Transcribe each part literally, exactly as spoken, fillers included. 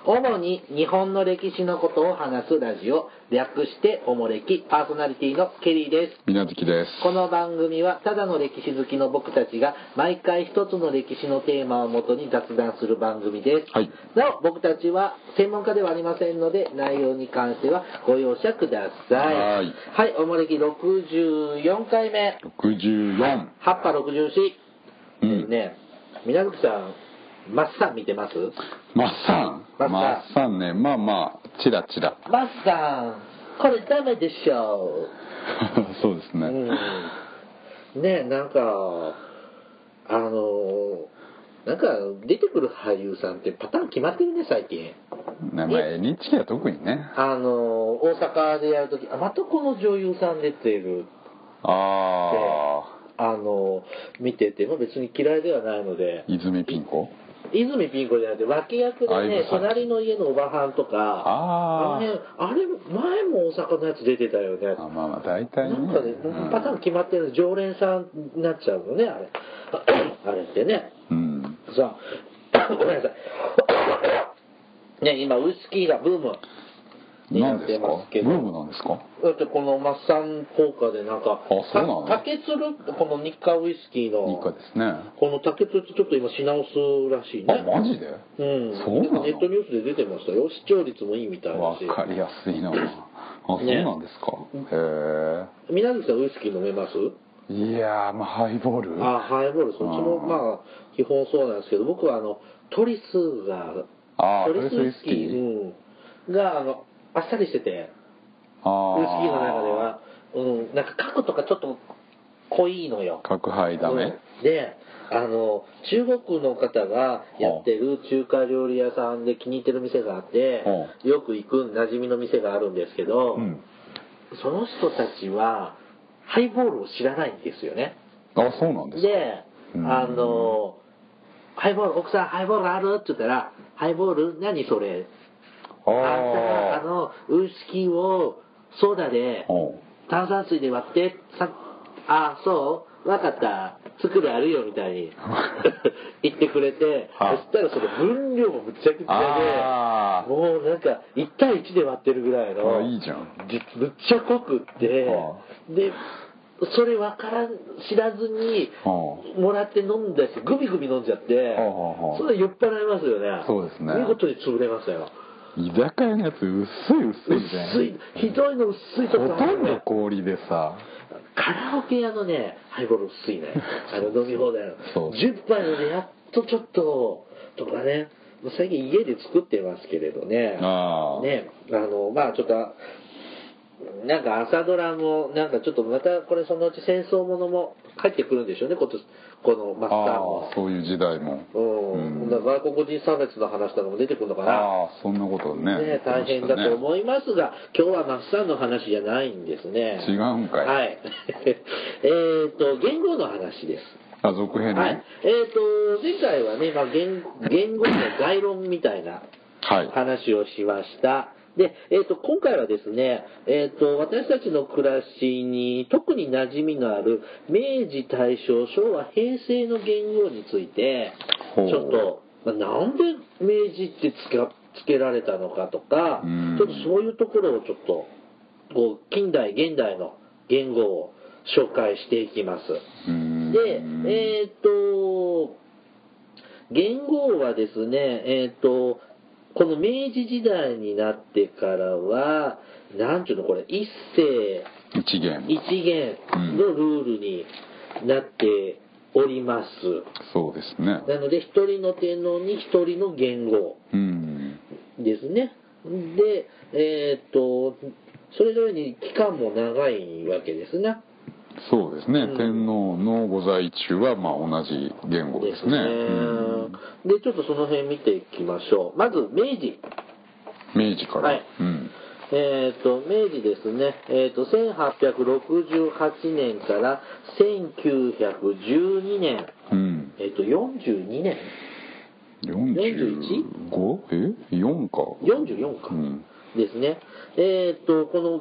主に日本の歴史のことを話すラジオ、略しておもれき、パーソナリティのケリーです。 みなずきです。 この番組はただの歴史好きの僕たちが毎回一つの歴史のテーマをもとに雑談する番組です。 はい。 なお僕たちは専門家ではありませんので、内容に関してはご容赦ください。 はい。 はい、おもれきろくじゅうよんかいめ。 ろくじゅうよん。 はっぱろくじゅうよん。 うん。 ね、みなずきさん、マッサン見てます？ マッサン。 マッサンマッサンね。まあまあ、チラチラ。 マッサン、これダメでしょう。 そうですね。 うん、ね、なんかあのなんか出てくる俳優さんってパターン決まってるね最近。 ね、まあ エヌエイチケー は特にね。 あの大阪でやるとき、あ、またこの女優さん出てるあってあの見てても別に嫌いではないので。 あ。泉ピン子。 泉ピン子じゃなくて脇役でね、隣の家のおばはんとか、 ああの辺、あれ前も大阪のやつ出てたよね。 あ。まあまあ大体ね。 なんかね、 うん、 パターン決まってる常連さんになっちゃうのね、あれ。あれってね。 うん。 さあ、ごめんなさい。ね、今ウイスキーがブームになってますけど。 ブームなんですか？ だってこのマッサン効果でなんか、 あ、そうなの？ 竹鶴、この日課ウイスキーの、 日課ですね。 この竹鶴ってちょっと今品薄らしいね。 あ、マジで？ うん。 そうなの？ ネットニュースで出てましたよ。視聴率もいいみたいだし。 わかりやすいな。あ、そうなんですか。 ね、 へえ。 みなずきさんウイスキー飲めます？ いやー、まあハイボール。 あ、ハイボール、そっちもまあ基本そうなんですけど、僕はあのトリスが、 あー、 トリスウイスキー、うん、があのあっさりしてて、 あー、 ウイスキーの中では、うん、なんか角とかちょっと濃いのよ。 角杯ダメ、 うん、で、あの中国の方がやってる中華料理屋さんで気に入ってる店があって、よく行く馴染みの店があるんですけど、うん、その人たちはハイボールを知らないんですよね。 あ、そうなんですか。 で、あのハイボール、奥さんハイボールあるって言ったら、ハイボール何それ、あんたあのウイスキーをソーダで炭酸水で割ってさ、あ、そう分かった、作るあるよみたいに言ってくれて、そしたらその分量もむちゃくちゃで、もうなんかいち対いちで割ってるぐらいの、 いいじゃん、 むっちゃ濃くって、でそれ分からん知らずにもらって飲んだし、グビグビ飲んじゃって、それ酔っ払いますよね。 そうですね。 見事に潰れましたよ。 居酒屋のやつ薄い薄いじゃん。 薄い、ひどいの薄いとか、 ほとんど氷でさ、 カラオケ屋のねハイボール薄いね、あの飲み放題のじゅっぱいのでやっとちょっととかね、最近家で作ってますけれどね、 あね、あのまあちょっとなんか朝ドラもなんかちょっとまたこれそのうち戦争ものも入ってくるんでしょうね、このマスターも。 そういう時代も、 うん、うん、外国人差別の話とかも出てくるのかな。 ああ、そんなことね、 ね、大変だと思いますが、今日はマスターの話じゃないんですね。 違うんかい。 はい。えっと言語の話です。 あ、続編ね。 はい。えっと前回はね、まあ、言, 言語の概論みたいな話をしました。はい、で、えー、と今回はですね、えー、と私たちの暮らしに特に馴染みのある明治、大正、昭和、平成の元号についてちょっと、まあ、なんで明治ってつけ、つけられたのかとか、ちょっとそういうところをちょっとこう近代現代の元号を紹介していきます。で、えっ、ー、と元号はですね、えっ、ー、とこの明治時代になってからは、なんていうのこれ、一世一元一元のルールになっております。うん、 そうですね。 なので、一人の天皇に一人の元号ですね。うん、で、えっ、ー、と、それぞれに期間も長いわけですね。 そうですね、うん、天皇のご在中はまあ同じ元号ですね。ですね、 うん、でちょっとその辺見ていきましょう。まず明治。 明治から、 はい、うん、えっ、ー、と明治ですね、えー、とせんはっぴゃくろくじゅうはちねんからせんきゅうひゃくじゅうにねん、うん、えっ、ー、とよんじゅうにねんよんじゅうご? えよんかよんじゅうよんか、うん、ですね。えっ、ー、とこの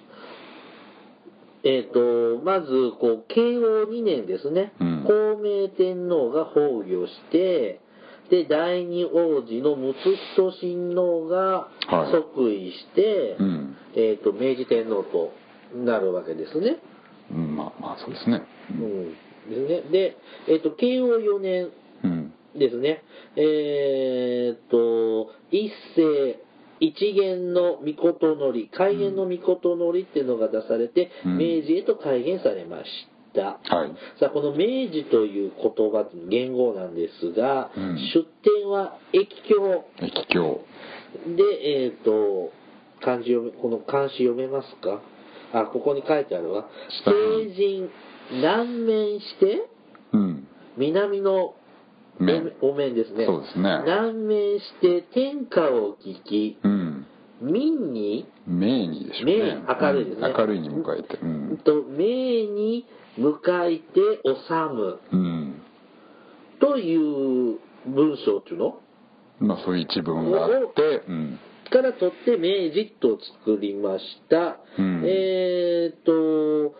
えー、とまずこう慶応にねんですね、うん、孝明天皇が崩御して、 で第二王子の睦仁親王が即位して、はいうん、えーと、明治天皇となるわけですね。 うん、まあまあそうですね。 うん、ですね。で、えーと、慶応よねんですね。うん、えーと、一世一元の御事のり、改元の御事のりっていうのが出されて、うん、明治へと改元されました。はい、さあこの明治という言葉言語なんですが、うん、出典は易経。 易経で、えっ、ー、と漢字読めこの漢詩読めますか？あ、ここに書いてあるわ。西人南面して、うん、南の面お面ですね。 そうですね。 南面して天下を聞き、うん、民に明にでしょうね。 明るいですね。 うん、明るいに迎えて、 うん、と明に迎えて治む、うん、という文章っていうの？ まあそういう一文があって、うん、 から取って明治と作りました。うん、えっと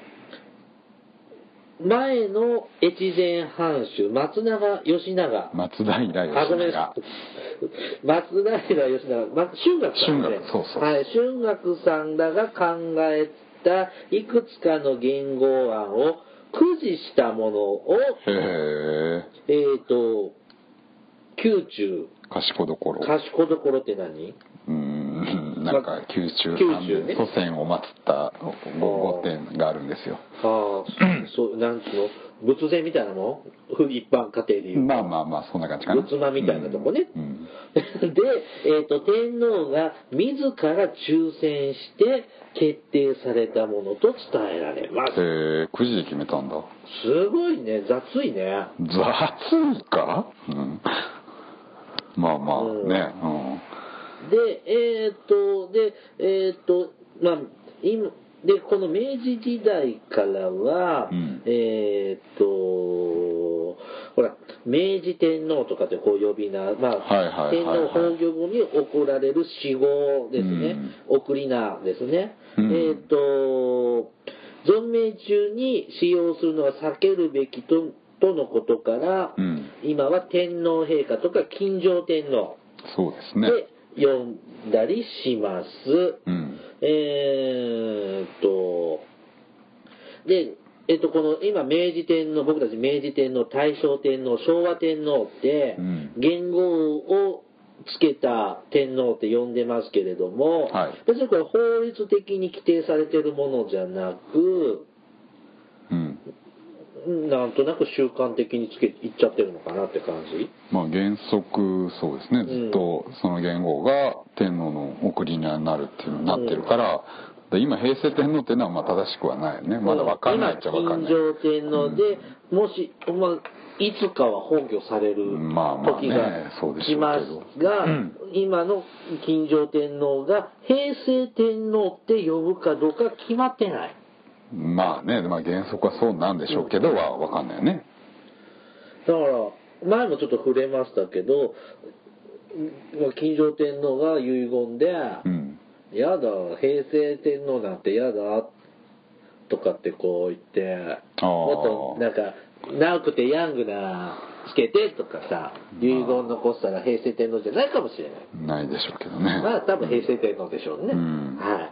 前の越前藩主松永義長松平義長松平義長春岳さんね。 そうそうはい、春岳さんらが考えたいくつかの言語案を駆使したものをへえっと宮中賢どころ賢どころって何？ うーんなんか宮中三年、ね、祖先を祀った御殿があるんですよ。 ああ、そうなんつうの仏前みたいなの？一般家庭でいうまあまあまあそんな感じかな。 仏間みたいなとこね。うんうん、で、えっと天皇が自ら抽選して決定されたものと伝えられます。 へえ、くじで決めたんだ。 すごいね、雑いね。 雑いか？うん、まあまあね。うんうんで、えー、っと、で、えー、っと、まあ、今、で、この明治時代からは、うん、えー、っと、ほら、明治天皇とかってこう呼び名、まあ、はいはいはいはい、天皇崩御後に贈られる死号ですね、うん、贈り名ですね。うん、えー、っと、存命中に使用するのは避けるべきと、とのことから、うん、今は天皇陛下とか金城天皇。 そうですね。 で読んだりします。うん、えー、っと、で、えっと、この今、明治天皇、僕たち明治天皇、大正天皇、昭和天皇って、元号をつけた天皇って呼んでますけれども、はい、別にこれ法律的に規定されているものじゃなく、うんなんとなく習慣的につけいっちゃってるのかなって感じ。 まあ原則そうですね、ずっとその元号が天皇の贈り名になるっていうのになってるから、うん、今平成天皇っていうのはまあ正しくはないよね。まだ分かんないっちゃ分かんない。 今金城天皇で、うん、もし、まあ、いつかは崩御される時が来ますが、今の金城天皇が平成天皇って呼ぶかどうか決まってない。 まあね、まあ、原則はそうなんでしょうけど、うん、は分かんないよね。 だから前もちょっと触れましたけど、金城天皇が遺言で「うん、やだ平成天皇なんてやだ」とかってこう言ってもっとなんか長くてヤングなつけてとかさ遺言残したら平成天皇じゃないかもしれない。 ないでしょうけどね。 まあ多分平成天皇でしょうね。うん、はい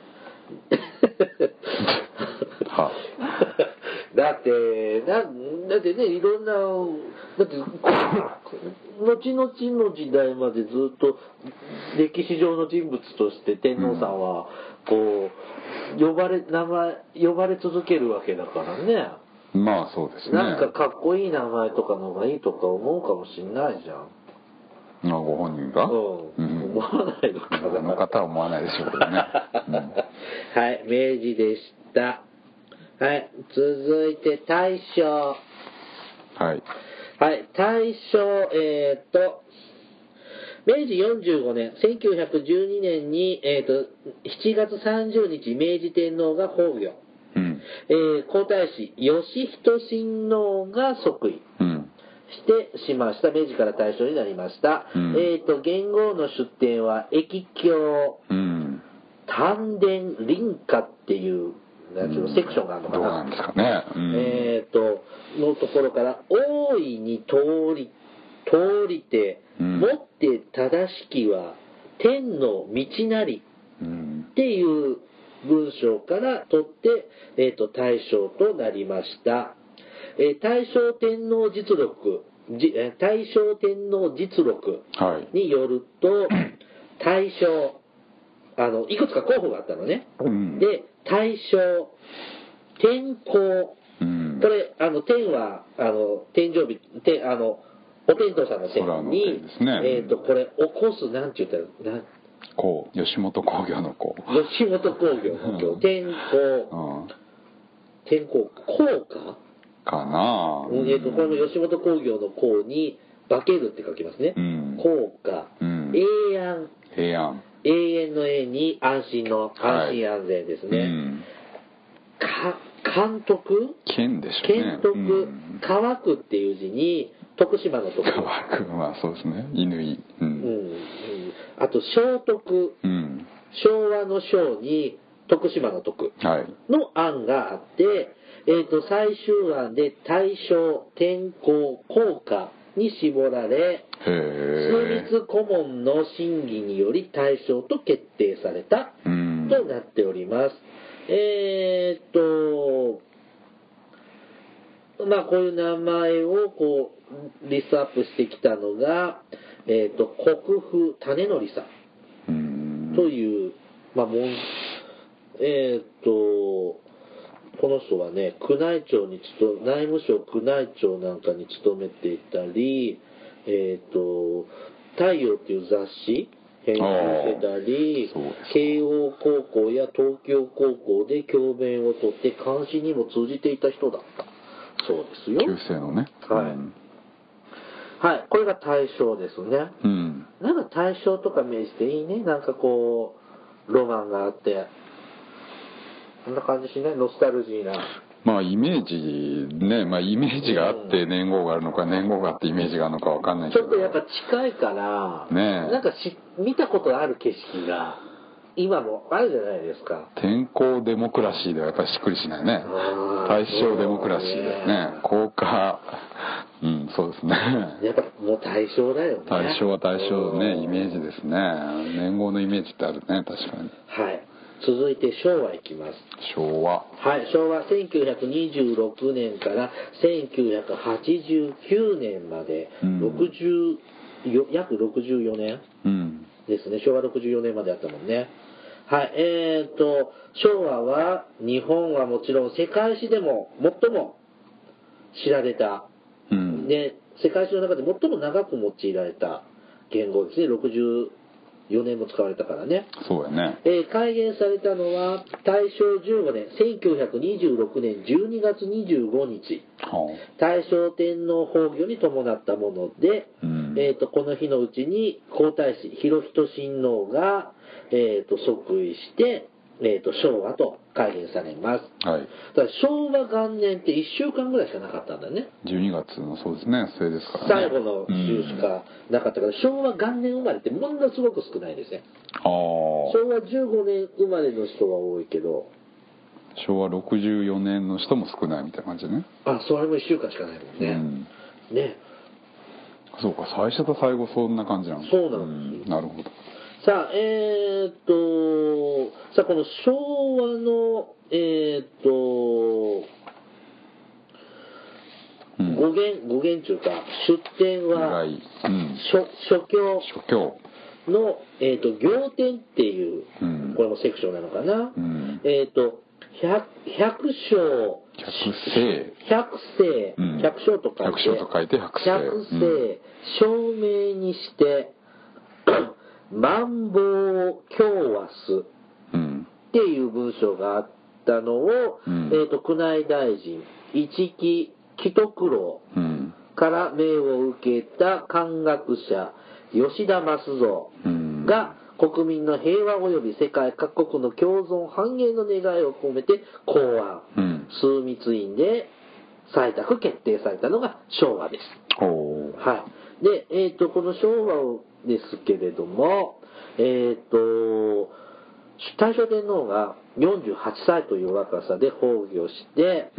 はだってだだってねいろんなだって後々の時代までずっと歴史上の人物として天皇さんはこう呼ばれ名前呼ばれ続けるわけだからね。 まあそうですね。 なんかかっこいい名前とかの方がいいとか思うかもしれないじゃん。 まあご本人が、うん、 思わないのかな。 あの方は思わないでしょうけどね。うん、 はい、明治でした。はい、続いて大正。 はい。 はい、大正、えー、っと、明治よんじゅうごねん、せんきゅうひゃくじゅうにねんに、えー、っと、しちがつさんじゅうにち、明治天皇が崩御。うんえー、皇太子、義仁親王が即位。うんしてしました。明治から大正になりました。うん、えっ、ー、と、元号の出典は、易経、うん、丹田臨家っていう、なんていうの、セクションがあるのかな。 どうなんですかね。うん、 えっ、ー、と、のところから、大いに通り、 通りて、うん、もって正しきは天の道なりっていう文章から取って、えーと、大正となりました。えー、大正天皇実録、大正天皇実録によると、はい、大正、あの、いくつか候補があったのね。うん、で、大正、天候、うん、これ、あの、天は、あの、天井日、天、あの、お天道さんの天に、ね、えっ、ー、と、これ、起こす、なんて言ったら、なこう、吉本興業のこう。 吉本興業の今日、天候、うん、天候、効果かなぁ。えっ、ー、と、この吉本興業の項に、化けるって書きますね。うん、効果、うん、永安。 平安。 永遠の永に安心の安心安全ですね。はい、うん、か監督剣でしょうね。 剣徳、うん、乾くっていう字に徳島の徳。 乾く、まあそうですね。乾。うん。うんうん、 あと聖徳、うん、昭和の昭に徳島の徳の案があって、はい、えっ、ー、と最終案で大正、天候、効果に絞られ、数日顧問の審議により大正と決定されたとなっております。えー、っとまあこういう名前をこうリストアップしてきたのが、えー、っと国府種則さんというまあもんえー、っとこの人はね宮内庁に勤内務省宮内庁なんかに勤めていたり、えー、っと太陽っていう雑誌編集してたり、慶応高校や東京高校で教鞭をとって監視にも通じていた人だったそうですよ。 旧姓のね。 はい。うん、はい、これが大正ですね。うん。なんか大正とか明治っていいね。なんかこうロマンがあって、こんな感じしない？ノスタルジーな。 まあイメージね、まあイメージがあって年号があるのか、年号があってイメージがあるのかわかんないけど。 ちょっとやっぱ近いから、ね、なんかし見たことある景色が今もあるじゃないですか。 天候デモクラシーではやっぱりしっくりしないね。大正デモクラシーですね。効果、うん、そうですね。 やっぱもう大正だよね。 大正は大正ね、イメージですね。年号のイメージってあるね、確かに。 はい。続いて昭和いきます。 昭和。 はい、昭和せんきゅうひゃくにじゅうろくねんからせんきゅうひゃくはちじゅうきゅうねんまで、うん、ろくじゅう約ろくじゅうよねんですね。昭和ろくじゅうよねんまであったもんね。はい、えーと、昭和は日本はもちろん世界史でも最も知られた、うん、で、世界史の中で最も長く用いられた言語ですね。ろくじゅうよねんも使われたからね。 そうやね。 えー、改元されたのは大正じゅうごねん、せんきゅうひゃくにじゅうろくねんじゅうにがつにじゅうごにち、はあ、大正天皇崩御に伴ったもので、うん、えーと、この日のうちに皇太子裕仁親王が、えーと、即位して、えーと、昭和と改元されます。はい。だから昭和元年っていっしゅうかんぐらいしかなかったんだね。 じゅうにがつのそうですね、末ですからね。最後の週しかなかったから、うん、昭和元年生まれってものすごく少ないですね。ああ。昭和じゅうごねん生まれの人は多いけど。 昭和ろくじゅうよねんの人も少ないみたいな感じね。 あ、それもいっしゅうかんしかないもんね。うん、ね。 そうか、最初と最後そんな感じなんです。 そうなんです、 うん、なるほど。 さあ、えー、っと、さあ、この昭和の、えー、っと、うん、語源、語源というか、出典は、うん、諸教の、えー、っと、行典っていう、うん、これもセクションなのかな。うん、えー、っと、百、百姓、 百世、 百世、うん、百姓と書いて、 百姓と書いて百世。 百世、証明にして、万房教和すっていう文章があったのを、うん、えー、と宮内大臣一木喜徳郎から命を受けた漢学者吉田益蔵が国民の平和及び世界各国の共存繁栄の願いを込めて考案、うん、枢密院で採択決定されたのが昭和です。はい。で、えっ、ー、とこの昭和をですけれども、えっ、ー、と、大正天皇がよんじゅうはっさいという若さで崩御して、うん、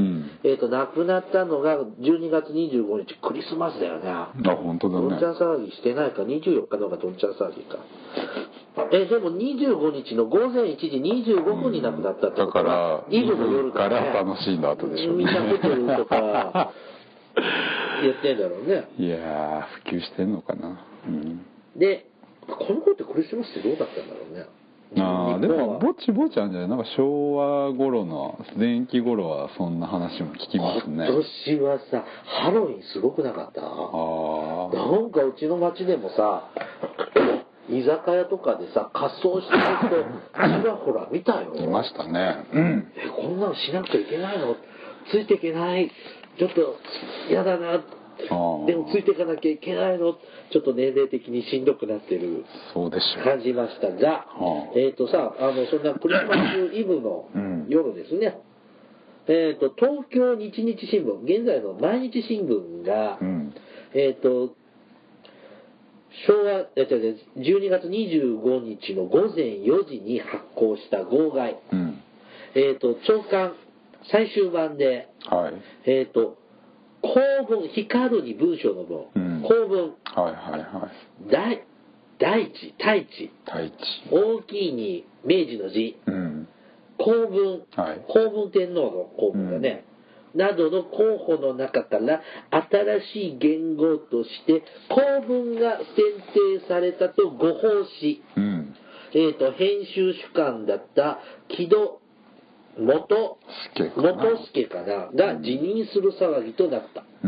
えっ、ー、と、亡くなったのがじゅうにがつにじゅうごにち、クリスマスだよね。あ、 本当だね。 どんちゃん騒ぎしてないか、にじゅうよっかのがどんちゃん騒ぎか。え、でもにじゅうごにちのごぜんいちじにじゅうごふんに亡くなったってことは、 イブの夜だね。から楽しんだ後でしょうね。 みんなホテルとか言ってんだろうね。 いやー、普及してんのかな。うん、 で、この頃ってクリスマスってどうだったんだろうね。 ああ、でもぼちぼちあるんじゃない？なんか昭和頃の前期頃はそんな話も聞きますね。 今年はさ、ハロウィンすごくなかった？ああ。なんかうちの町でもさ、居酒屋とかでさ、仮装してる人ちらほら見たよ。 いましたね。うん。 え、こんなのしなくちゃいけないの？ついていけない。ちょっと嫌だな。でもついていかなきゃいけないの。ちょっと年齢的にしんどくなってる感じましたが、えっとさ、あのそんなクリスマスイブの夜ですね、うん、えっと東京日日新聞、現在の毎日新聞が、うん、えっと昭和えじゅうにがつにじゅうごにちのごぜんよじに発行した号外、うん、えっと朝刊最終版で、はい、えっと公文、光るに文章の文、うん、公文、はいはいはい、大大地、太一、 太一、 大きいに明治の字、うん、公文、はい、公文天皇の公文だね、うん、などの候補の中から新しい元号として公文が選定されたとご奉仕、うん、えーと、編集主幹だった木戸元助かなが辞任する騒ぎとなった、うん、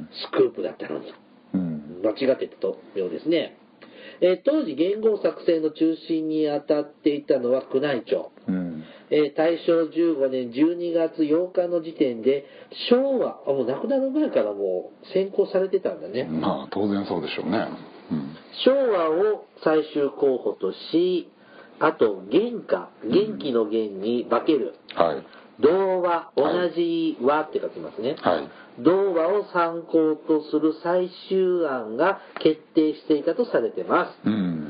スクープだったのに、うん、間違ってたようですね。えー、当時元号作成の中心に当たっていたのは宮内庁、うん、えー、大正じゅうごねんじゅうにがつようかの時点で昭和あもう亡くなる前からもう先行されてたんだね。 まあ当然そうでしょうね、 うん、昭和を最終候補とし、あと元歌、元気の元に化ける、はい、童話、同じ和って書きますね、はい、童話を参考とする最終案が決定していたとされてます、うん、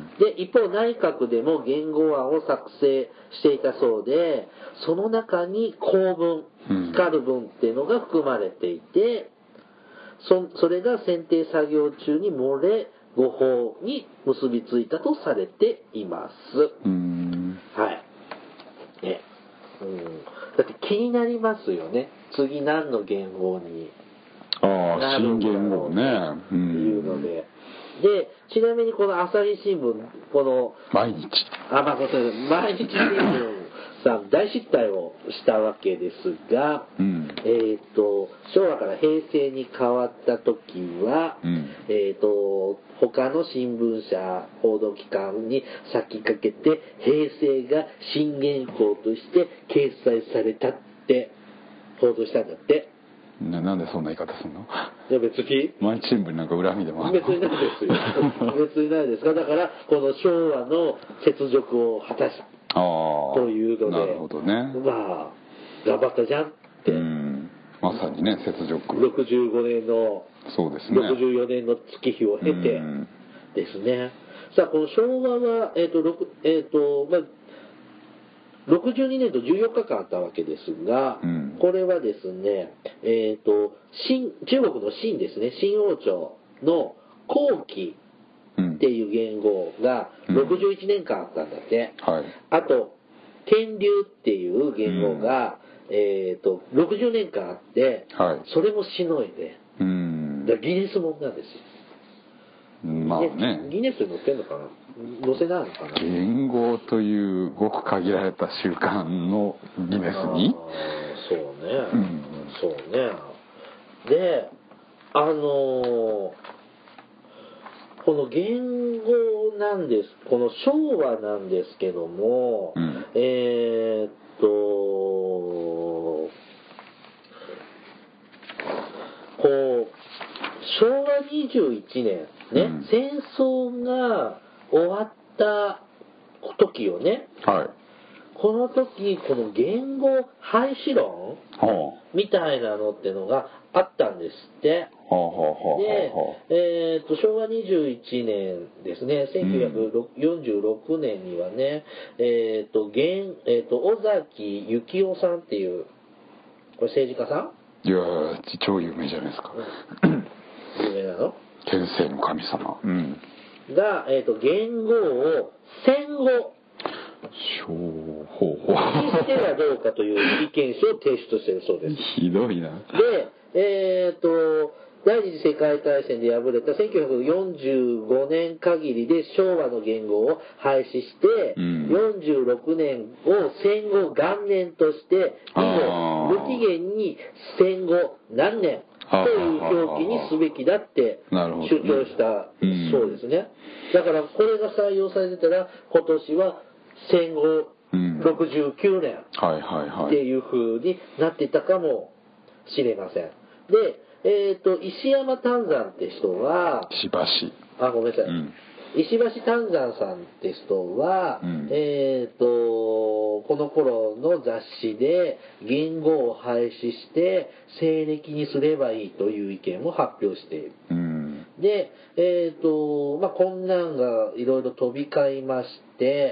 で一方内閣でも元号案を作成していたそうで、その中に公文、光る文っていうのが含まれていて、そ, それが選定作業中に漏れ誤報に結びついたとされています。うーん、はい。ね、うん。だって気になりますよね。次何の元号になるんだろうね。 っていうので。で、ちなみにこの朝日新聞、この毎日。 あ、まあ、毎日新聞さん大失態をしたわけですが、うん、えっと昭和から平成に変わった時は、うん、えっと他の新聞社報道機関に先駆けて平成が新元号として掲載されたって報道したんだって。 な, なんでそんな言い方するの？ いや別に毎日新聞なんか恨みでもあるの？ 別にないですよ別にないですが、だからこの昭和の雪辱を果たしたというので、 なるほどね、 まあ頑張ったじゃんって、うん、 まさにね雪辱、 ろくじゅうごねんのそうですね、 ろくじゅうよねんの月日を経てですね、さあこの昭和はえっ、ー、と6えっ、ー、とまあろくじゅうにねんとじゅうよっかかんあったわけですが、うん、これはですね、えっ、ー、と新中国の清ですね、清王朝の後期っていう元号がろくじゅういちねんかんあったんだって、うんはい、あと天龍っていう元号が、うん、えっ、ー、とろくじゅうねんかんあって、はい、それもしのいで、うん、だギネスもんなんですよ。 まあね、 ギネスに載ってんのかな、載せないのかな。 元号というごく限られた習慣のギネスに、 そうね、うん、そうね。であのー、この元号なんです、この昭和なんですけども、うん、えー、っとこうしょうわにじゅういちねんね、うん、戦争が終わった時よね、はい、この時この元号廃止論、はあ、みたいなのってのがあったんですって、はあはあ、で、えー、としょうわにじゅういちねんですね、せんきゅうひゃくよんじゅうろくねんにはね、うん、えー、と現えー、と尾崎幸夫さんっていうこれ政治家さんいやー超有名じゃないですか、 うん、有名なの？ 天性の神様、うん、 が、えーと、元号を戦後ほうほうにしてはどうかという意見書を提出しているそうです。 ひどいな。 で、えっ、ー、と、第二次世界大戦で敗れたせんきゅうひゃくよんじゅうごねん限りで昭和の元号を廃止して、うん、よんじゅうろくねんを戦後元年として、以後無期限に戦後何年という表記にすべきだって主張したそうですね。だからこれが採用されてたら今年は戦後ろくじゅうきゅうねんっていう風になっていたかもしれません。で、えっ、ー、と、石山丹山って人は、 石橋。 あ、ごめんなさい。うん、石橋丹山さんって人は、うん、えっ、ー、と、この頃の雑誌で元号を廃止して西暦にすればいいという意見を発表している。うん、で、えっ、ー、と、まあ、こんなんがいろいろ飛び交いまして、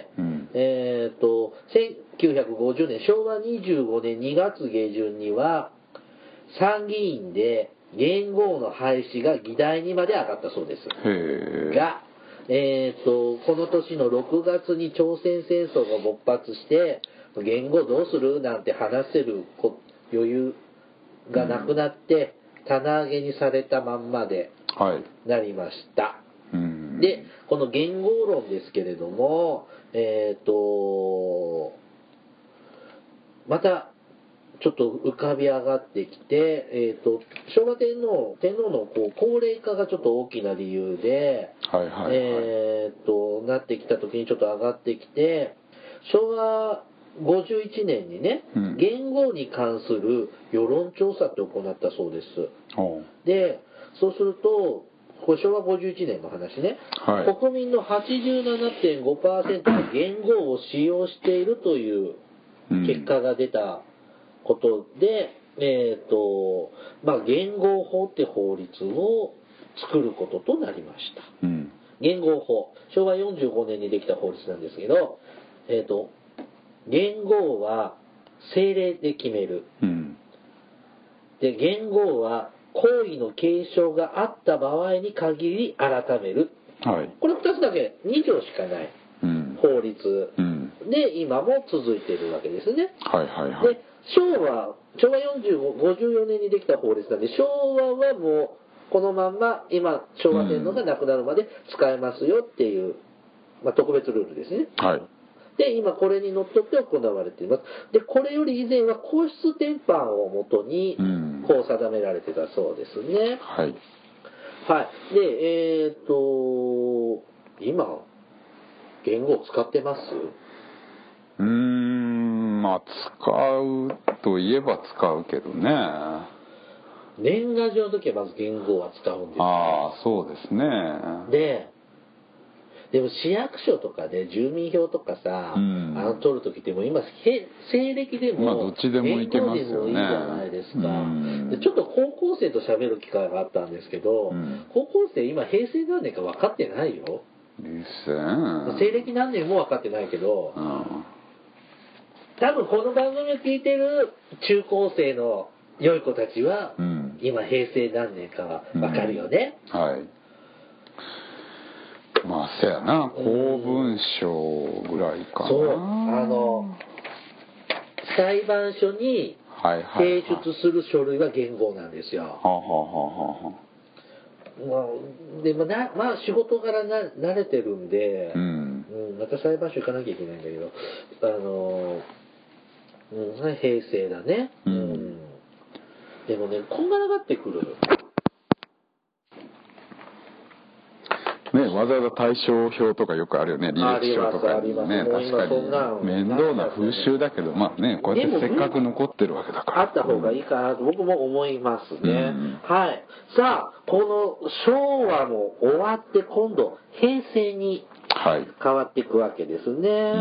うん、えっ、と、せんきゅうひゃくごじゅうねん、しょうわにじゅうごねんにがつげじゅんには、参議院で元号の廃止が議題にまで上がったそうです。 へが、えーと、この年のろくがつに朝鮮戦争が勃発して、元号どうするなんて話せる余裕がなくなって、うん、棚上げにされたまんまでなりました。はい、うん、で、この元号論ですけれども、えーと、また、ちょっと浮かび上がってきて、えーと、昭和天皇、天皇のこう高齢化がちょっと大きな理由で、 はいはいはい、 えーと、なってきた時にちょっと上がってきて、しょうわごじゅういちねんにね、うん、元号に関する世論調査って行ったそうです。で、そうすると、これしょうわごじゅういちねんの話ね、はい、国民の はちじゅうななてんごパーセント が元号を使用しているという結果が出たことで、えっ、ー、と、まあ、元号法って法律を作ることとなりました。うん、元号法、しょうわよんじゅうごねんにできた法律なんですけど、えっ、ー、と、元号は政令で決める。うん、で、元号は行為の継承があった場合に限り改める。はい、これふたつだけ、に条しかない法律で今も続いているわけですね。 はいはいはい。 で、昭和、昭和よんじゅうご、ごじゅうよねんにできた法律なんで、昭和はもうこのまんま今昭和天皇が亡くなるまで使えますよっていう、まあ、特別ルールですね。 はい。 で、今これにのっとって行われています。で、これより以前は皇室典範をもとにこう定められてたそうですね。 はい。 はい。で、えっと、今、元号使ってます？ うーん、まあ使うといえば使うけどね。 年賀状の時はまず元号は使うんですよ。 ああ、そうですね。 で、でも市役所とかで住民票とかさ、うん、あの取る時っても今西暦でも、 まあ、どっちでもいけますよね。 元号でもいいじゃないですか、うん、でちょっと高校生と喋る機会があったんですけど、うん、高校生今平成何年か分かってないよ。西暦何年も分かってないけど、うん、多分この番組を聞いてる中高生の良い子たちは、うん、今平成何年かは分かるよね、 うん、はい。まあせやな、公文書ぐらいかな。 そう、あの裁判所に提出する書類は元号なんですよ。はあはあはあはあ。まあ、でもな、まあ仕事柄な慣れてるんで、うん、うん、また裁判所行かなきゃいけないんだけど、あの、うん、平成だね、うん、うん。でもね、こんがらがってくる。 ね、わざわざ対象表とかよくあるよね、履歴書とかにね、確かに面倒な風習だけど、まあね、こうやってせっかく残ってるわけだからあった方がいいかなと僕も思いますね、うん、はい。さあこの昭和も終わって今度平成に変わっていくわけですね、はい、うん、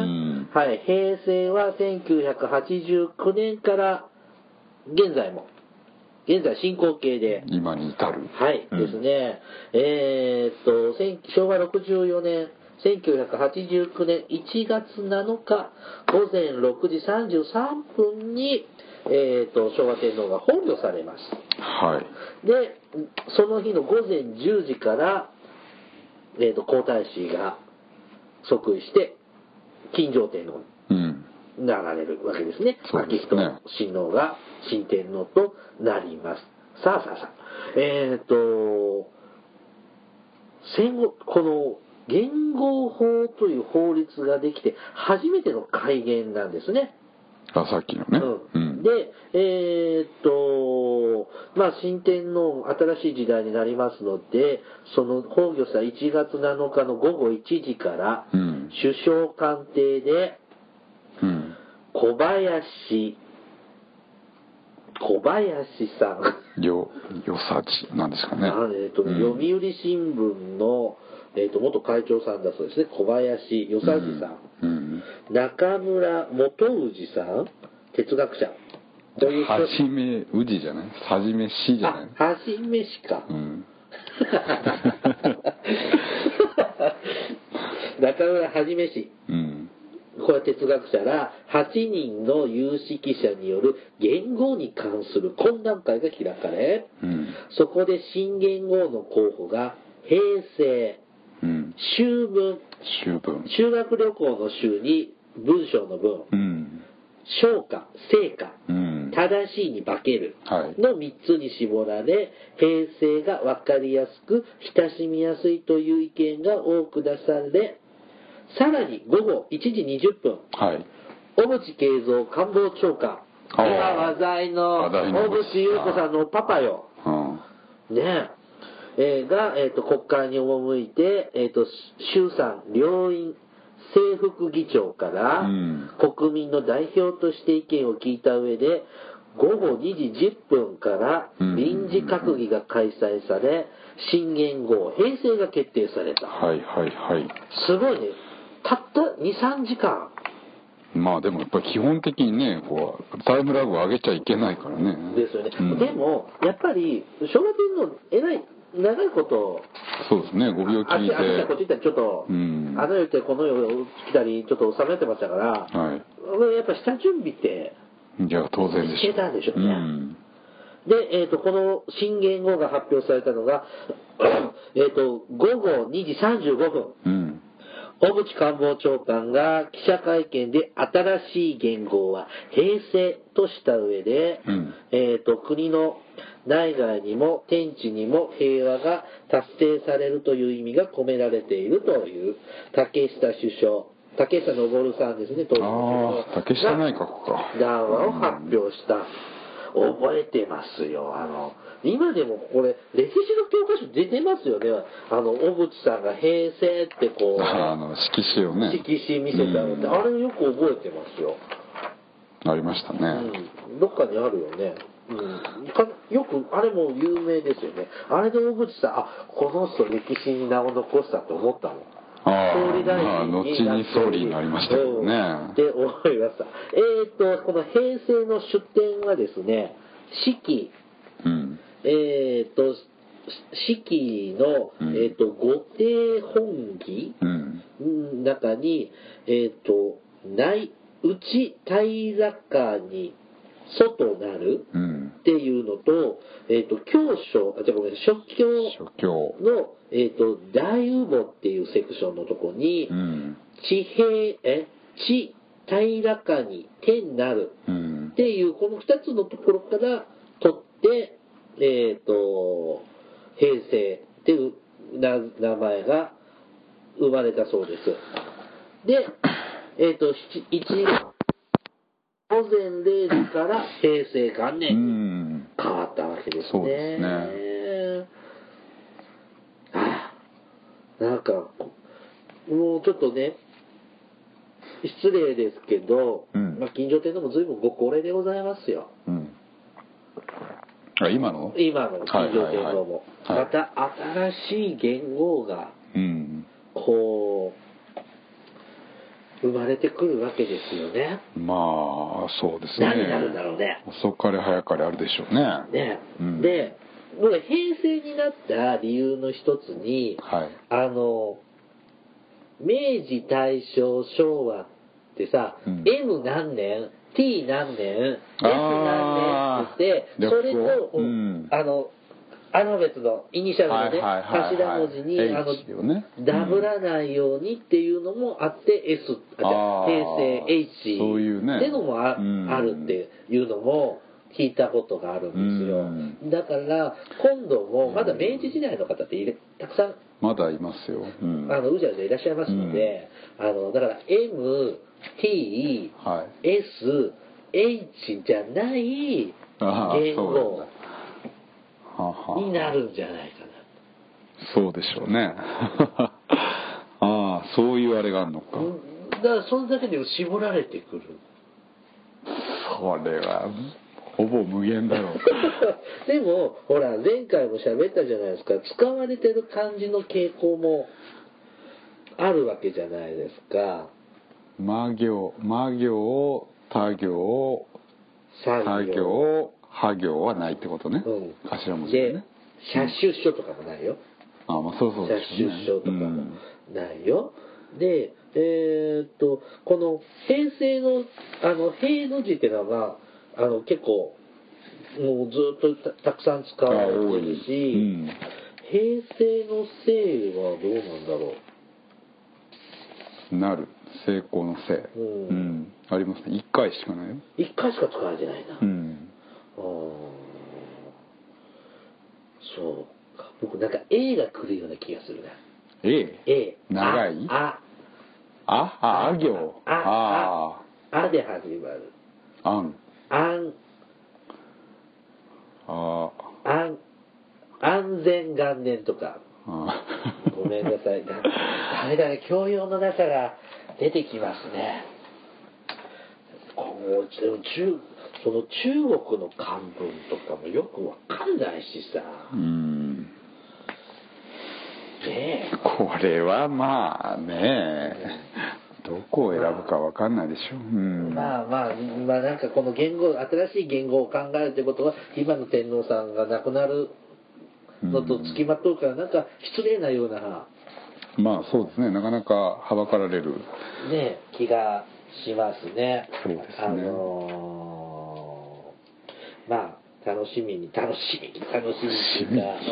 はい。平成はせんきゅうひゃくはちじゅうきゅうねんから現在も現在進行形で今に至る、 はい、うん、ですね。えー、っとしょうわろくじゅうよねんせんきゅうひゃくはちじゅうきゅうねんいちがつなのかごぜんろくじさんじゅうさんぷんにえー、と昭和天皇が崩御されます。 はい、 でその日のごぜんじゅうじから、えー、と皇太子が即位して金城天皇になられるわけですね。 うん、 昭仁親王が新天皇となります。さあさあさあ、えっ、ー、と戦後この元号法という法律ができて初めての改元なんですね。 あ、さっきのね。 うん、で、えー、っと、まあ、新天皇、新しい時代になりますので、その崩御したいちがつなのかのごごいちじから、うん、首相官邸で、うん、小林、小林さん。 よ、よさち、なんですかね。 えー、っと、うん、読売新聞の、えー、と元会長さんだそうですね。小林与佐治さん、うんうん、中村元氏さん、哲学者という人。はじめ氏じゃない、はじめ氏じゃない、 はじめ氏か、うん、中村はじめ氏、うん、これは哲学者らはちにんの有識者による元号に関する懇談会が開かれ、うん、そこで新元号の候補が平成、うん、修文、 修文、 修学旅行の修に文章の文、うん、唱歌、聖歌、うん、正しいに化けるのみっつに絞られ、平成が分かりやすく親しみやすいという意見が多く出され、さらにごごいちじにじゅっぷん、はい、小渕恵三官房長官、今話題の小渕優子さんのパパよ、うん、ねえー、が、えー、と国会に赴いて、えー、と衆参両院正副議長から、うん、国民の代表として意見を聞いた上でごごにじじゅっぷんから臨時閣議が開催され、新元号平成が決定された。 はいはいはい。 すごいね。たったにさんじかん。まあでもやっぱり基本的にね、こうタイムラグを上げちゃいけないからね。 ですよね。うん、でもやっぱり昭和天皇えらい長いことそうですね、ご病気であっち行ったこっち行ったりちょっと、うん、あの世ってこの世来たりちょっと収めてましたから、はい、やっぱ下準備っていや当然でしょしてたでしょうね。うん、で、えー、とこの新元号が発表されたのがえとごごにじさんじゅうごふん、うん、小渕官房長官が記者会見で新しい元号は平成とした上で、うん、えー、と国の内外にも天地にも平和が達成されるという意味が込められているという竹下首相、竹下登さんですね、当時の首相。竹下内閣か。 談話を発表した。覚えてますよ。あの今でもこれ歴史の教科書出てますよね。あの小渕さんが平成ってこうあの色紙をね色紙見せたのって、うん、あれよく覚えてますよ。 ありましたね、 うん、どっかにあるよね。うん、よくあれも有名ですよね。あれで小渕さん、あ、この人歴史に名を残したって思ったの。 あ総理大臣に、まあ、後に総理になりましたけどね。 って思いました。えっ、ー、とこの平成の出典はですね、四季、うん、えっ、ー、と四季の、うん、えっ、ー、と御定本義の、うん、中にえっ、と内内平らかに外なるっていうのと、うん、えっ、と教書、あ、じゃごめん、諸教のえっ、と大羽母っていうセクションのとこに、うん、地平え地平らかに天なるっていう、このふたつのところから取ってえっ、と平成っていう名前が生まれたそうです。で、えっ、といちごぜんれいじから平成元年に変わったわけですね。そうですね。ああ、なんかもうちょっとね失礼ですけど、うん、まあ、近所天皇も随分ご高齢でございますよ。うん、 あ今の今の近所天皇も、はいはいはい、また新しい元号が、うん、こう生まれてくるわけですよね。 まあそうですね。 何になるんだろうね。 遅かれ早かれあるでしょうね。 ね、うん、で僕は平成になった理由の一つに、はい、あの明治大正昭和ってさ、うん、エム 何年 T 何年 S 何年って言ってそれと、うん、あのアルファベットのイニシャルのね頭文字にあの、ね、ダブらないようにっていうのもあって S あじゃあ平成 H そういうねっていうのも あ,、うん、あるっていうのも聞いたことがあるんですよ、うん、だから今度もまだ明治時代の方っていれたくさんまだいますよ、うん、 あのうじゃうじゃいらっしゃいますので、うん、あのだから M T、はい、S、H じゃない言語になるんじゃないかな。 そうでしょうね。ああ、そういうあれがあるのか。 だからそれだけで絞られてくる。 それはほぼ無限だろう。 でもほら前回も喋ったじゃないですか。使われてる漢字の傾向もあるわけじゃないですか。 ま行、ま行、他行、作業、は行はないってことね。うん、頭文字でね。 車種書とかもないよ。 ああ、まあそうそうですね。 車種書とかもないよ。うん、で、えー、っとこの平成のあの平の字っていうのはあの結構もうずっと た, たくさん使われてるし、うん、平成の成はどうなんだろう。なる。成功のせい、うんうん、ありますね。いっかいしかないよ。 いっかいしか使われてないな、うん、あそうか。僕なんか A が来るような気がするな。 A? A 長いああああ行ああああで始まる。 あんあんああん安全元年とかあごめんなさいだダメだね。教養の中が出てきますね。こう中その中国の漢文とかもよくわかんないしさ。うんねえ。 これはまあねどこを選ぶかわかんないでしょう。うん、 まあまあまあなんかこの言語新しい言語を考えるということは今の天皇さんが亡くなるのと付きまとうからなんか失礼なような。 まあそうですね。なかなかはばかられるね気がしますね。 そうですね。 あのー、まあ楽しみに楽しみに楽しみにか、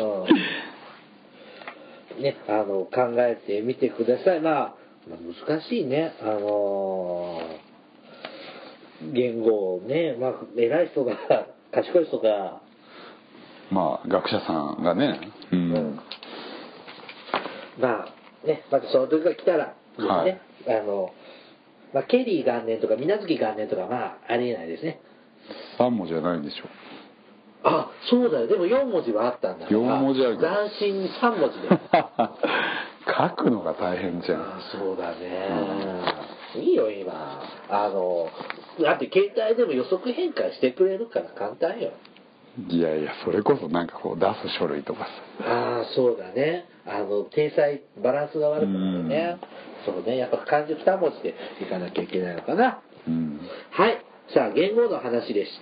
うん、ねあの考えてみてください。まあ、まあ、難しいね。あのー、言語をねまあ偉い人が賢い人がまあ学者さんがね、うんうん、 まあね、まずその時が来たらですね、はい、あの、まあ、ケリー元年とか水無月元年とかまあありえないですね。 さん文字はないんでしょう。 あ、そうだよ。でもよん文字はあったんだから。 よん文字あるけど斬新さん文字で書くのが大変じゃん。 あそうだね、うん、いいよ今あのだって携帯でも予測変換してくれるから簡単よ。 いやいやそれこそなんかこう出す書類とかさああそうだねあの体裁バランスが悪くなるね、うん、そうねやっぱ漢字に文字でいかなきゃいけないのかな、うん、はいさあ言語の話でした。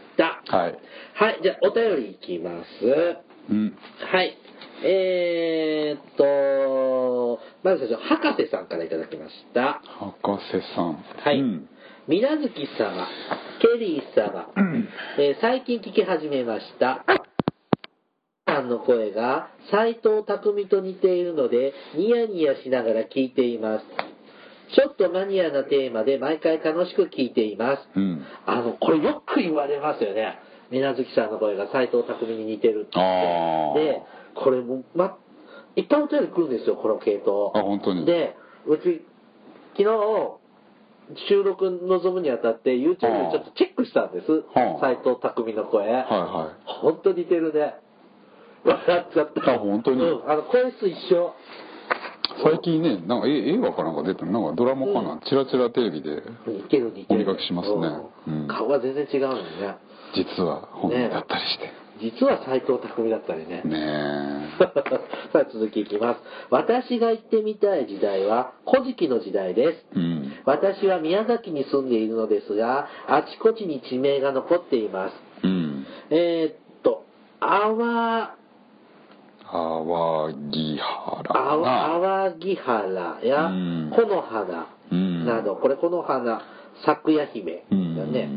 はいはいじゃあお便りいきます、うん、はいえー、っとまず最初博士さんからいただきました。 博士さんはい、うん水無月様、ケリー様、えー、最近聞き始めました。さんの声が斎藤工と似ているのでニヤニヤしながら聞いています。ちょっとマニアなテーマで毎回楽しく聞いています。うん、あのこれよく言われますよね。水無月さんの声が斎藤工に似てるって。で、これもまいっぱいお便り来るんですよこの系統。 あ本当に。 で、うち昨日。収録臨むにあたって YouTube でちょっとチェックしたんです、はあ、斎藤工の声、はいはい、本当似てるね。笑っちゃった。 あ本当に、 うん、あの声質一緒。 最近ねなんか映画かなんか出てるなんかドラマかな、うん、チラチラテレビでお見かけしますね、 うんうん、顔は全然違うのにね実は本人だったりして、ね実は斎藤工だったりね。 ねさあ続きいきます。私が行ってみたい時代は古事記の時代です、うん、私は宮崎に住んでいるのですがあちこちに地名が残っています、うん、えー、っとあわあわぎはらあわあわぎはらや、うん、木の花など、これ木の花咲夜姫だね、うん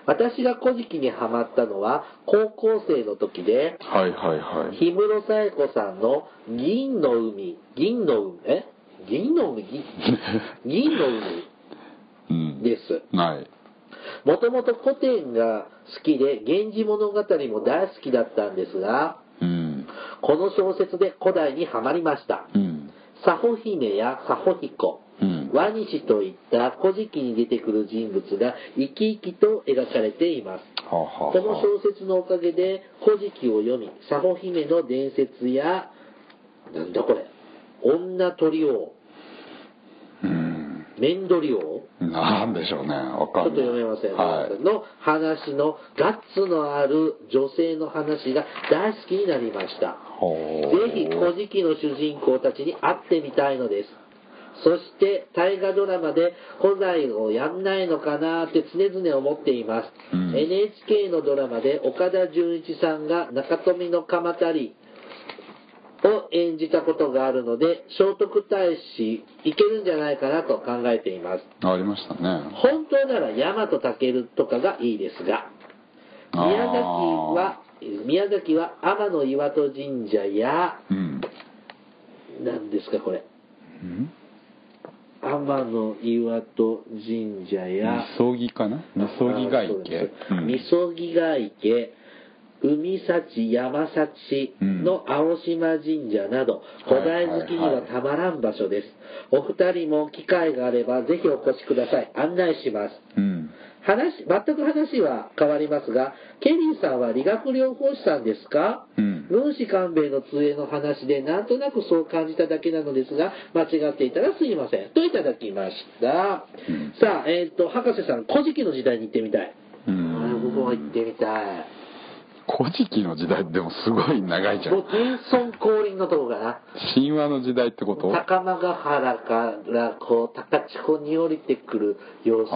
私が古事記にハマったのは高校生の時で、 はいはいはい。 氷室冴子さんの銀の海、銀の海、え銀の海、銀銀の海です。 うん、はい。 もともと古典が好きで、源氏物語も大好きだったんですが、 うん、 この小説で古代にはまりました。 うん、 佐保姫や佐保彦、うん、和西といった古事記に出てくる人物が生き生きと描かれています。 はあはあ、 この小説のおかげで古事記を読み、佐保姫の伝説や、なんだこれ、女鳥王、 うん、 面取り王、 なんでしょうね、わかんない。 ちょっと読めません、 はい、 の話のガッツのある女性の話が大好きになりました。ぜひ古事記の主人公たちに会ってみたいのです。そして大河ドラマで古代をやんないのかなって常々思っています、うん、エヌエイチケー のドラマで岡田准一さんが中富の鎌足りを演じたことがあるので、聖徳太子いけるんじゃないかなと考えています。 ありましたね。 本当なら大和武とかがいいですが、宮崎は宮崎は天の岩戸神社や、うん、何ですかこれ、うん、天の岩戸神社やみそぎかな、みそぎが池、 みそぎが池、海幸山幸の青島神社など、うん、古代好きにはたまらん場所です。お二人も機会があればぜひお越しください。案内します。うん、話全く話は変わりますが、ケリーさんは理学療法士さんですか？うん、軍師官兵衛の杖の話でなんとなくそう感じただけなのですが、間違っていたらすいませんといただきました。うん、さあ、えっと博士さん、古事記の時代に行ってみたい。うん、僕も行ってみたい。 古事記の時代でもすごい長いじゃん。 もう天孫降臨のとこかな。 神話の時代ってこと？ 高間ヶ原からこう高千穂に降りてくる様子みたい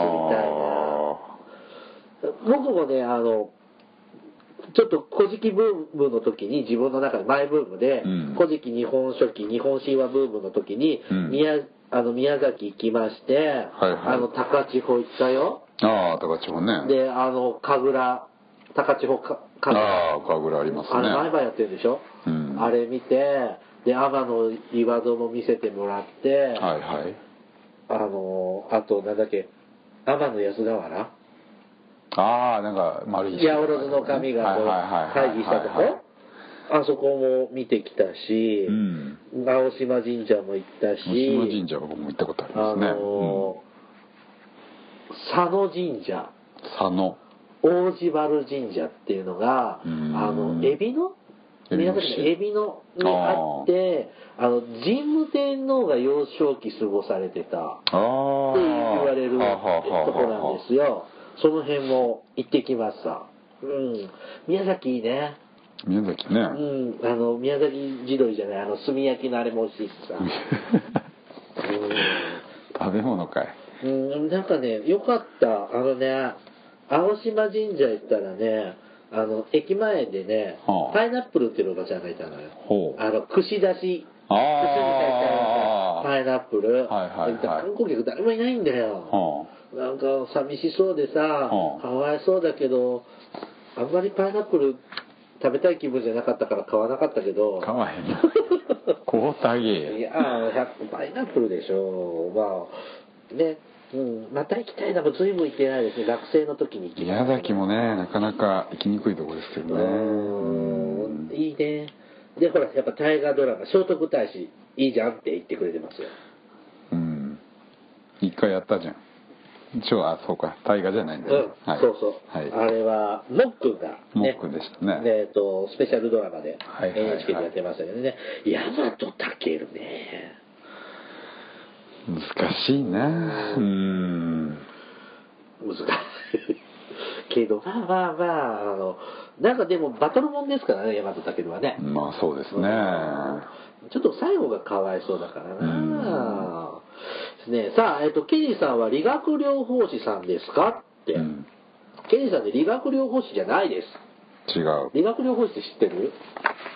な。僕もね、あのちょっと古事記ブームの時に自分の中でマイブームで、うん、古事記日本書紀日本神話ブームの時に、うん、宮あの宮崎行きまして、はいはい、あの高千穂行ったよ。 ああ、高千穂ね。 で、あの神楽高千穂かああ、神楽ありますね。 あれ毎晩やってるでしょ、うん、あれ見て、で天の岩戸も見せてもらって、はいはい、あのあとなんだっけ、天の安河原、 ああ、なんか丸い石、 八百万の神が会議したとこ、あそこも見てきたし、うん、青島神社も行ったし、 青島神社は僕も行ったことありますね。あのー、佐野神社、 佐野大地原神社っていうのが、あの海老の宮崎の海老のにあって、あの神武天皇が幼少期過ごされてたって言われるとこなんですよ。その辺も行ってきました。うん、宮崎いいね。 宮崎ね。 うん、あの宮崎地鶏じゃない、あの炭焼きのあれも美味しいしさ。うん、 食べ物かい。 うん、なんかね、よかった。あのね、青島神社行ったらね、あの駅前でね、はあ、パイナップルっていうおばちゃんがいたのよ。あの串出し、串に入ったパイナップル、はいはいはい、観光客誰もいないんだよ。はあ、なんか寂しそうでさ、はあ、かわいそうだけど、あんまりパイナップル食べたい気分じゃなかったから買わなかったけど。 買わへんな。こうたげ。 いや、パイナップルでしょ。まあね。うん、また行きたいな、もう随分行ってないですね。学生の時に行きました。 宮崎もね、なかなか行きにくいところですけどね。 うん、いいね。で、ほら、やっぱ大河ドラマ、聖徳太子、いいじゃんって言ってくれてますよ。 うん。一回やったじゃん。一応、あ、そうか、大河じゃないんだよね。 うん、はい、そうそう。はい、あれは、モックが、ね、 モックでしたね。 えっと、スペシャルドラマで、はいはいはい、エヌエイチケー でやってましたけどね。大和武ね。 難しいな。うん。 難しいけど、まあまあまあ、あのなんかでもバトルもんですからね、大和武はね。 まあそうですね。 ちょっと最後がかわいそうだからな。ですね。さあ、えっとケリーさんは理学療法士さんですかって。うん、ケリーさんで理学療法士じゃないです。 違う。 理学療法士って知ってる？ うん。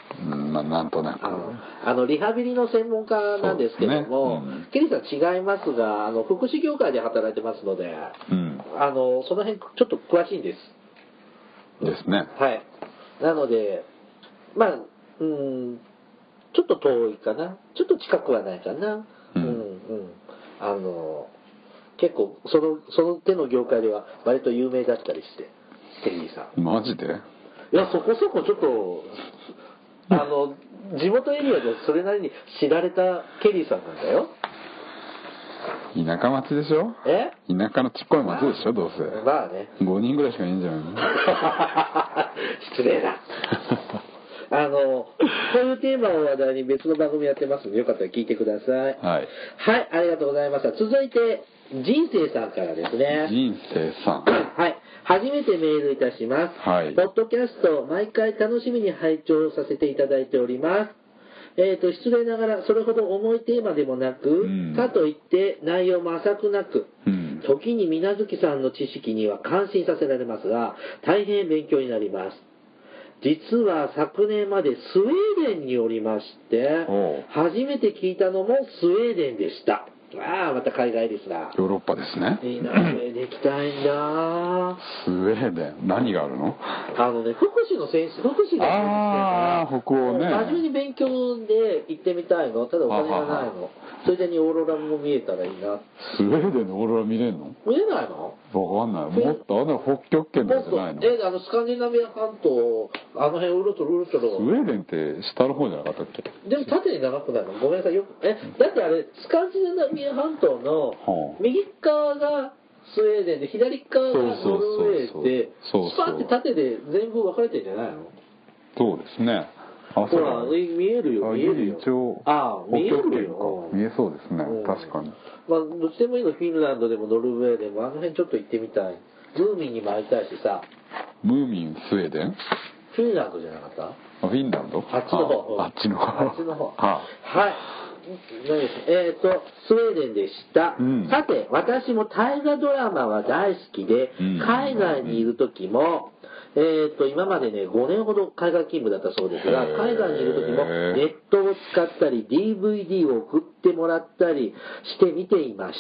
な, なんとなくあのあのリハビリの専門家なんですけども、ねうん、ケリーさん違いますがあの福祉業界で働いてますので、うん、あのその辺ちょっと詳しいんですですね。 はい。なのでまあうんちょっと遠いかなちょっと近くはないかな、うん、うんうんあの結構そのその手の業界では割と有名だったりしてケリーさんマジでいやそこそこちょっとあの地元エリアでそれなりに知られたケリーさんなんだよ田舎町でしょえ田舎のちっこい町でしょ、まあ、どうせまあねごにんぐらいしかいいんじゃないの失礼だあのこういうテーマを話題に別の番組やってますのでよかったら聞いてくださいはい、はい、ありがとうございました続いて人生さんからですね人生さんはい初めてメールいたします、はい、ポッドキャスト毎回楽しみに拝聴させていただいておりますえーと失礼ながらそれほど重いテーマでもなく、うん、かといって内容も浅くなく、うん、時に水無月さんの知識には感心させられますが大変勉強になります実は昨年までスウェーデンにおりまして初めて聞いたのもスウェーデンでしたああまた海外ですなヨーロッパですねいいなスウェーデン行きたいんだスウェーデン何があるのあのね福祉の先生福祉がああ北欧ね真面目に勉強で行ってみたいのただお金がないのそれでにオーロラも見えたらいいなスウェーデンのオーロラ見れるの見れないのわかんないもっとあの北極圏なんじゃないのえあのスカンディナビア半島あの辺うろちょろうろちょろスウェーデンって下の方じゃなかったっけでも縦に長くないのごめんなさいよえだってあれスカンディナビア半島の右側がスウェーデンで左側がノルウェーでスパって縦で全部分かれてるんじゃないのそうですねあほら見えるよ見えるよ一応あ見えるよ見えそうですね、うん、確かにまあどっちでもいいのフィンランドでもノルウェーでもあの辺ちょっと行ってみたいムーミンにも会いたいしさムーミンスウェーデンフィンランドじゃなかったフィンランドあっちの方あっちの方あっちの方はい何ですえーとスウェーデンでした、うん、さて私も大河ドラマは大好きで、うん、海外にいる時もえー、と今までねごねんほど海外勤務だったそうですが海外にいる時もネットを使ったり ディーブイディー を送ってもらったりして見ていました、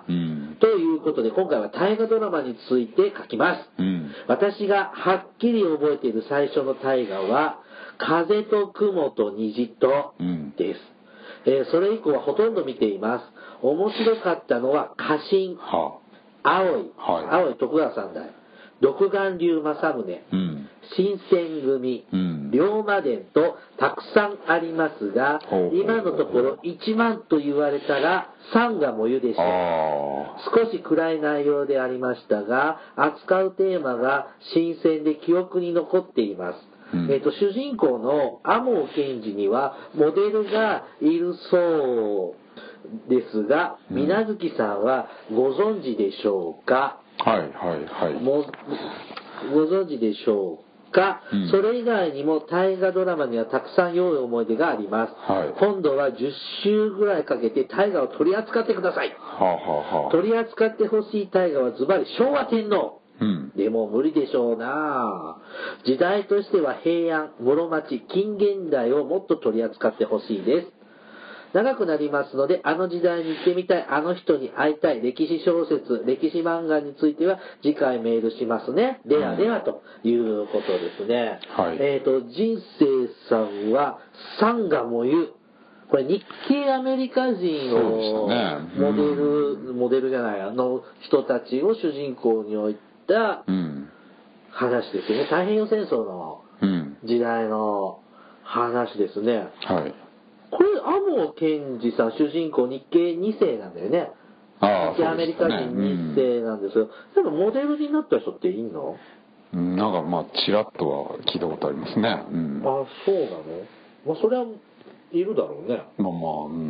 うん、ということで今回は大河ドラマについて書きます、うん、私がはっきり覚えている最初の大河は風と雲と虹とです、うんえー、それ以降はほとんど見ています面白かったのは家臣、はあ、青い、はい、青い徳川三代独眼竜政宗、うん、新選組、うん、龍馬伝とたくさんありますが、今のところいちまんと言われたらさんがもゆでしょう。少し暗い内容でありましたが、扱うテーマが新鮮で記憶に残っています。うんえーと、主人公の天羽検事にはモデルがいるそうですが、水無月さんはご存知でしょうか？ はいはいはい。 もご存知でしょうか、うん、それ以外にも大河ドラマにはたくさん良い思い出があります、はい、今度はじゅっ週ぐらいかけて大河を取り扱ってください、はあはあ、取り扱ってほしい大河はズバリ昭和天皇、うん、でも無理でしょうな時代としては平安、室町、近現代をもっと取り扱ってほしいです長くなりますのであの時代に行ってみたいあの人に会いたい歴史小説歴史漫画については次回メールしますねではではということですね、はい、えーと人生さんはサンガモユこれ日系アメリカ人をモデル、ねうん、モデルじゃないあの人たちを主人公に置いた話ですよね太平洋戦争の時代の話ですね、はいこれ、天羽検事さん、主人公、日系に世なんだよね。 ああ、 日系アメリカ人に世なんですよ。でも、モデルになった人っていいの？ なんか、まあ、ちらっとは聞いたことありますね。うん、 あ、そうなの？まあ、それはいるだろうね。 まあまあ、うん、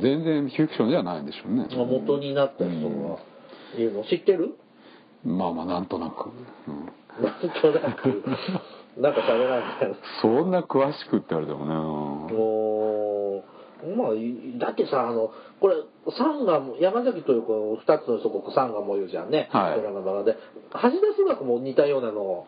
全然フィクションじゃないんでしょうね。 まあ、元になった人がいるの、知ってる？ まあまあ、なんとなく。 うん、なんとなく。なんか喋らんけど。 そんな詳しくって言われてもね。 おまあ、だってさ、あの、これ、サンガも、山崎という二つの祖国、サンガも言うじゃんね。はい。ドラマの中で。橋田壽賀子も似たようなのを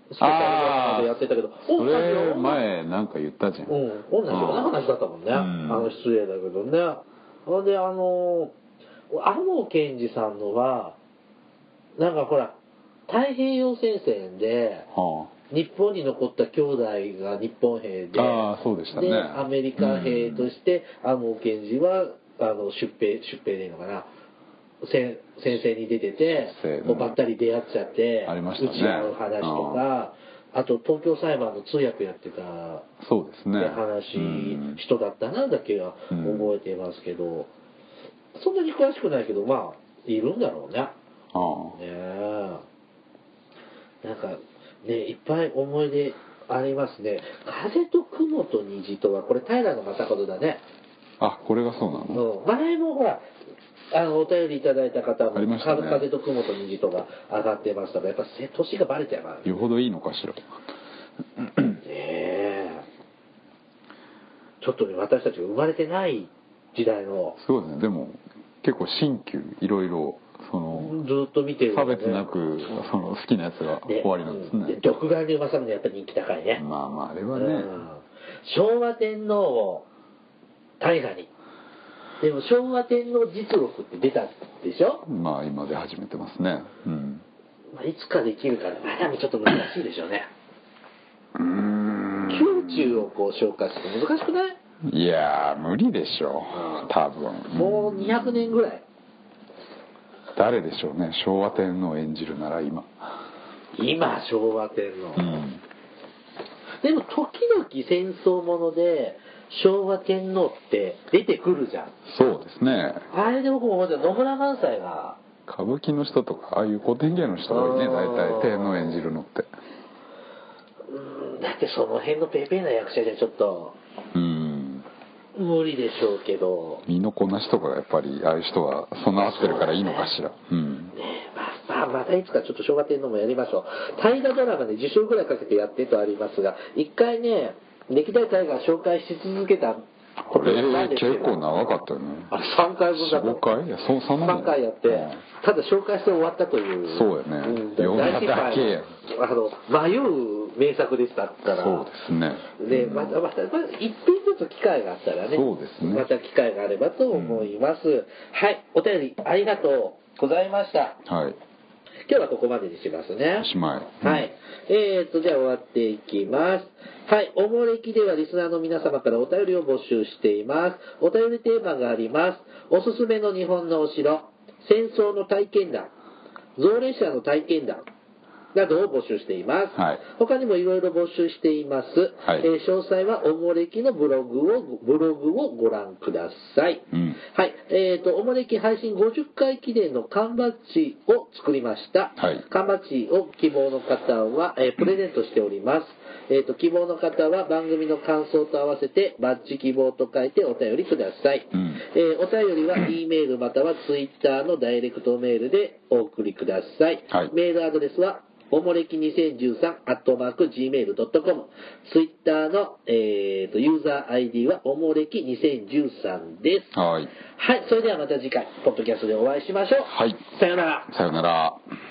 スペシャルでやってたけど、 それ前なんか言ったじゃん。 うん、同じような話だったもんね。うん、あの失礼だけどね。ほんで、あの、天野健二さんのは、なんかほら、太平洋戦線で、はあ、日本に残った兄弟が日本兵で、 あそうでしたね、 でアメリカ兵として天野健二はあの出兵出兵でいいのかな、戦戦線に出てて、こうばったり出会っちゃって、 ありましたね、 打ち合う話とか、あと東京裁判の通訳やってたそうですね話、人だったなだけは覚えていますけど、そんなに詳しくないけど、まあいるんだろうね。あねえ、なんかね、いっぱい思い出ありますね。風と雲と虹とはこれ平野正門だね。 あ、これがそうなの。 うん、前もほらあのお便りいただいた方も、ね、風と雲と虹とが上がってましたが、やっぱ年がバレちゃいます。 よほどいいのかしら。 ねえ、ちょっとね、私たちが生まれてない時代の。 そうですね。でも結構新旧いろいろ。そのずっと見てる、ね、 差別なくその好きなやつが終わりなんですね。 独眼竜政宗やっぱり人気高いね。 まあまああれはね、うん、 昭和天皇を大河に、でも昭和天皇実録って出たでしょ。 まあ今で始めてますね、うん、 まあ、いつかできるからまだちょっと難しいでしょうね。 うーん、 宮中をこう紹介すると難しくない？ いやー無理でしょう、うん、多分もうにひゃくねんぐらい。 誰でしょうね、昭和天皇演じるなら今今昭和天皇、 うん、 でも時々戦争もので昭和天皇って出てくるじゃん。 そうですね。 あれで僕も思った野村萬斎が歌舞伎の人とかああいう古典芸の人がね大体天皇演じるのって、 うん、だってその辺のペーペーな役者じゃちょっとうん無理でしょうけど、 身のこなしとかがやっぱりああいう人は備わってるからいいのかしら、うん、 ねえ、まあ、まあ、またいつかちょっと昭和天皇もやりましょう。大河ドラマでじゅっしゅうぐらいかけてやってとありますが、一回ね歴代大河紹介し続けたこれ結構長かったよね。あれさんかいぶんだった。 よん、ごかい？いや、そうさんさんかいやって、ただ紹介して終わったという。 そうやね。うん、大失敗のあの迷う名作でしたから。 そうですね。 で、またまたまた一品ずつ機会があったらね。 そうですね。 また機会があればと思います。うん、はい、お便りありがとうございました。 はい。 今日はここまでにしますね。 おしまい。 うん、はい。えーと、じゃあ終わっていきます。はい。おもれきではリスナーの皆様からお便りを募集しています。お便りテーマがあります。おすすめの日本のお城、戦争の体験談、象列車の体験談などを募集しています。 はい、 他にもいろいろ募集しています。はい、えー、詳細はおもれきのブログをブログをご覧ください。うん、はい。えーとおもれき配信ごじゅっかい記念の缶バッジを作りました。はい、缶バッジを希望の方は、えー、プレゼントしております。えーと希望の方は番組の感想と合わせてバッジ希望と書いてお便りください。うん、えー、お便りは E メールまたは Twitter のダイレクトメールでお送りください。はい、メールアドレスはおもれきにせんじゅうさんアットマークジーメールドットコム、ツイッターの、えー、とユーザー アイディー はおもれきにせんじゅうさんです。はい。はい、それではまた次回ポッドキャストでお会いしましょう。はい。さよなら。 さよなら。